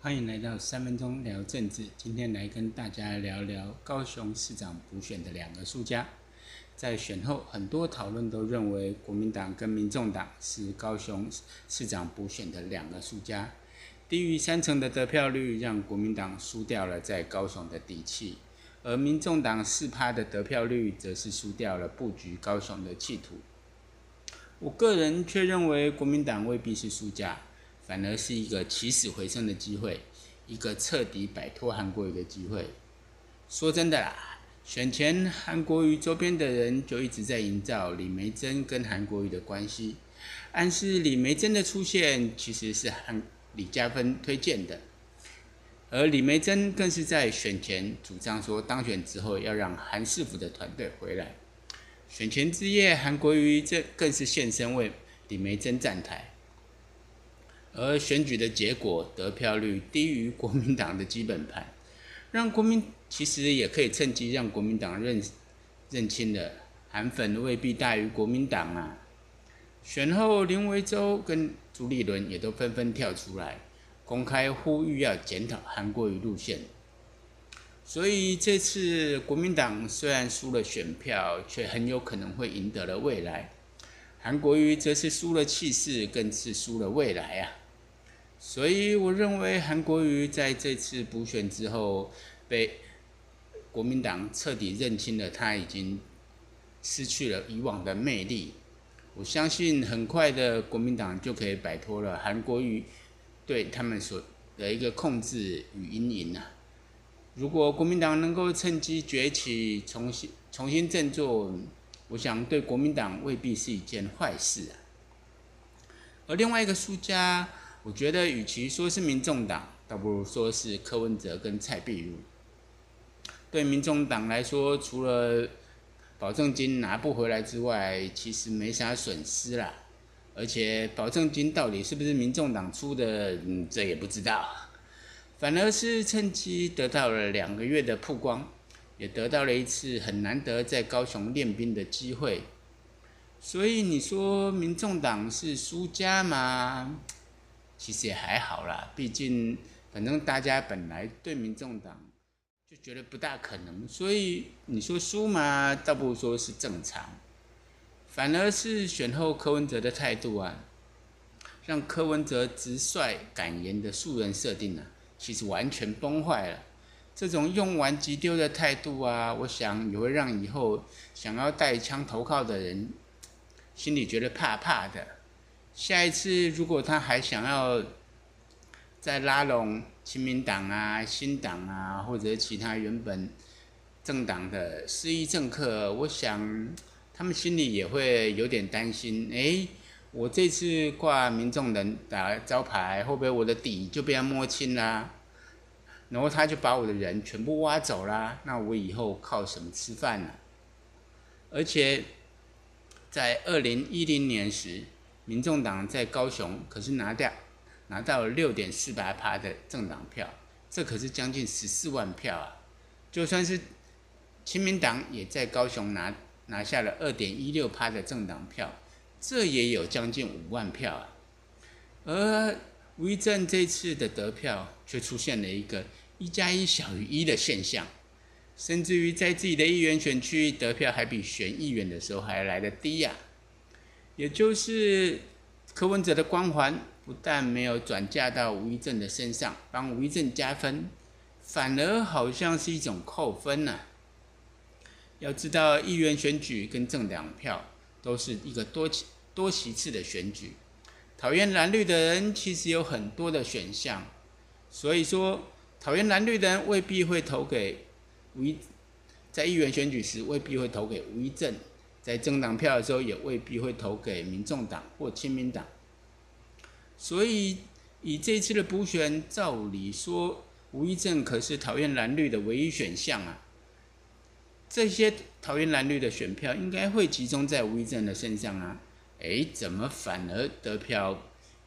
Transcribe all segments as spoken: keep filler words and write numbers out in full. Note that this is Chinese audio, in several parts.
欢迎来到三分钟聊政治。今天来跟大家聊聊高雄市长补选的两个输家。在选后，很多讨论都认为国民党跟民众党是高雄市长补选的两个输家。低于三成的得票率让国民党输掉了在高雄的底气，而民众党四趴的得票率则是输掉了布局高雄的企图。我个人却认为国民党未必是输家，反而是一个起死回生的机会，一个彻底摆脱韩国瑜的机会。说真的啦，选前韩国瑜周边的人就一直在营造李眉蓁跟韩国瑜的关系，暗示李眉蓁的出现其实是韩李家芬推荐的，而李眉蓁更是在选前主张说，当选之后要让韩市府的团队回来。选前之夜，韩国瑜这更是现身为李眉蓁站台。而选举的结果，得票率低于国民党的基本盘，让国民其实也可以趁机让国民党认认清了韩粉未必大于国民党啊。选后，林维洲跟朱立伦也都纷纷跳出来，公开呼吁要检讨韩国瑜路线。所以这次国民党虽然输了选票，却很有可能会赢得了未来。韩国瑜则是输了气势，更是输了未来啊。所以我认为韩国瑜在这次补选之后，被国民党彻底认清了他已经失去了以往的魅力。我相信很快的国民党就可以摆脱了韩国瑜对他们所的一个控制与阴影啊。如果国民党能够趁机崛起，重新重新振作，我想对国民党未必是一件坏事啊。而另外一个输家，我觉得与其说是民众党，倒不如说是柯文哲跟蔡壁如。对民众党来说，除了保证金拿不回来之外，其实没啥损失啦。而且保证金到底是不是民众党出的，嗯，这也不知道。反而是趁机得到了两个月的曝光，也得到了一次很难得在高雄练兵的机会。所以你说民众党是输家吗？其实也还好啦，毕竟反正大家本来对民众党就觉得不大可能，所以你说输嘛，倒不如说是正常。反而是选后柯文哲的态度啊，让柯文哲直率敢言的素人设定啊，其实完全崩坏了。这种用完即丢的态度啊，我想也会让以后想要带枪投靠的人心里觉得怕怕的。下一次如果他还想要再拉拢亲民党啊、新党啊，或者其他原本政党的失意政客，我想他们心里也会有点担心。诶，我这次挂民众人打招牌，会不会我的底就被他摸清啦？然后他就把我的人全部挖走啦，那我以后靠什么吃饭呢？而且在二零一零年时，民众党在高雄可是拿掉拿到了 六点四八趴 的政党票，这可是将近十四万票啊！就算是亲民党也在高雄拿拿下了 二点一六趴 的政党票，这也有将近五万票啊！而吴怡正这次的得票却出现了一个一加一小于一的现象，甚至于在自己的议员选区得票还比选议员的时候还来得低呀、啊！也就是柯文哲的光环不但没有转嫁到吴怡正的身上，帮吴怡正加分，反而好像是一种扣分啊。要知道，议员选举跟政党票都是一个多期多席次的选举，讨厌蓝绿的人其实有很多的选项，所以说讨厌蓝绿的人未必会投给吴怡，在议员选举时未必会投给吴怡正，在政党票的时候也未必会投给民众党或亲民党。所以以这次的补选，照理说吴怡正可是讨厌蓝绿的唯一选项啊。这些讨厌蓝绿的选票应该会集中在吴怡正的身上啊，诶，怎么反而得票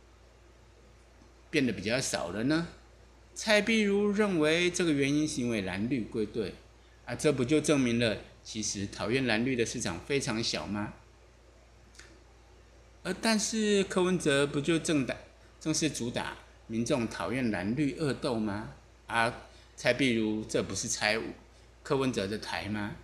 变得比较少了呢？蔡壁如认为这个原因是因为蓝绿归队啊，这不就证明了其实讨厌蓝绿的市场非常小吗？而但是柯文哲不就正打正是主打民众讨厌蓝绿恶斗吗？啊，蔡壁如这不是拆柯文哲的台吗？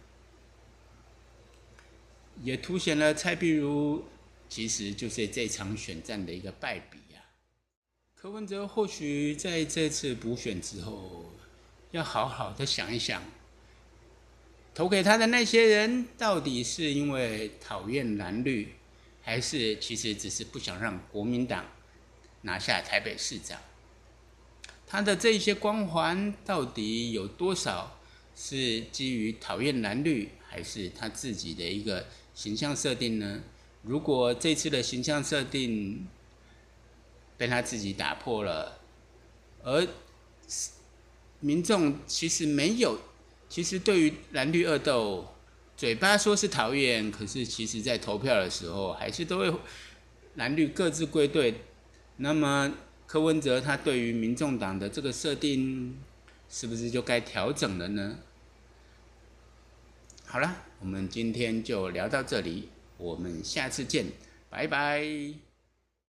也凸显了蔡壁如其实就是这场选战的一个败笔啊。柯文哲或许在这次补选之后，要好好的想一想，投给他的那些人到底是因为讨厌蓝绿，还是其实只是不想让国民党拿下台北市长？他的这些光环到底有多少是基于讨厌蓝绿，还是他自己的一个形象设定呢？如果这次的形象设定被他自己打破了，而民众其实没有，其实对于蓝绿恶斗，嘴巴说是讨厌，可是其实在投票的时候，还是都会蓝绿各自归队。那么柯文哲他对于民众党的这个设定，是不是就该调整了呢？好了，我们今天就聊到这里，我们下次见，拜拜。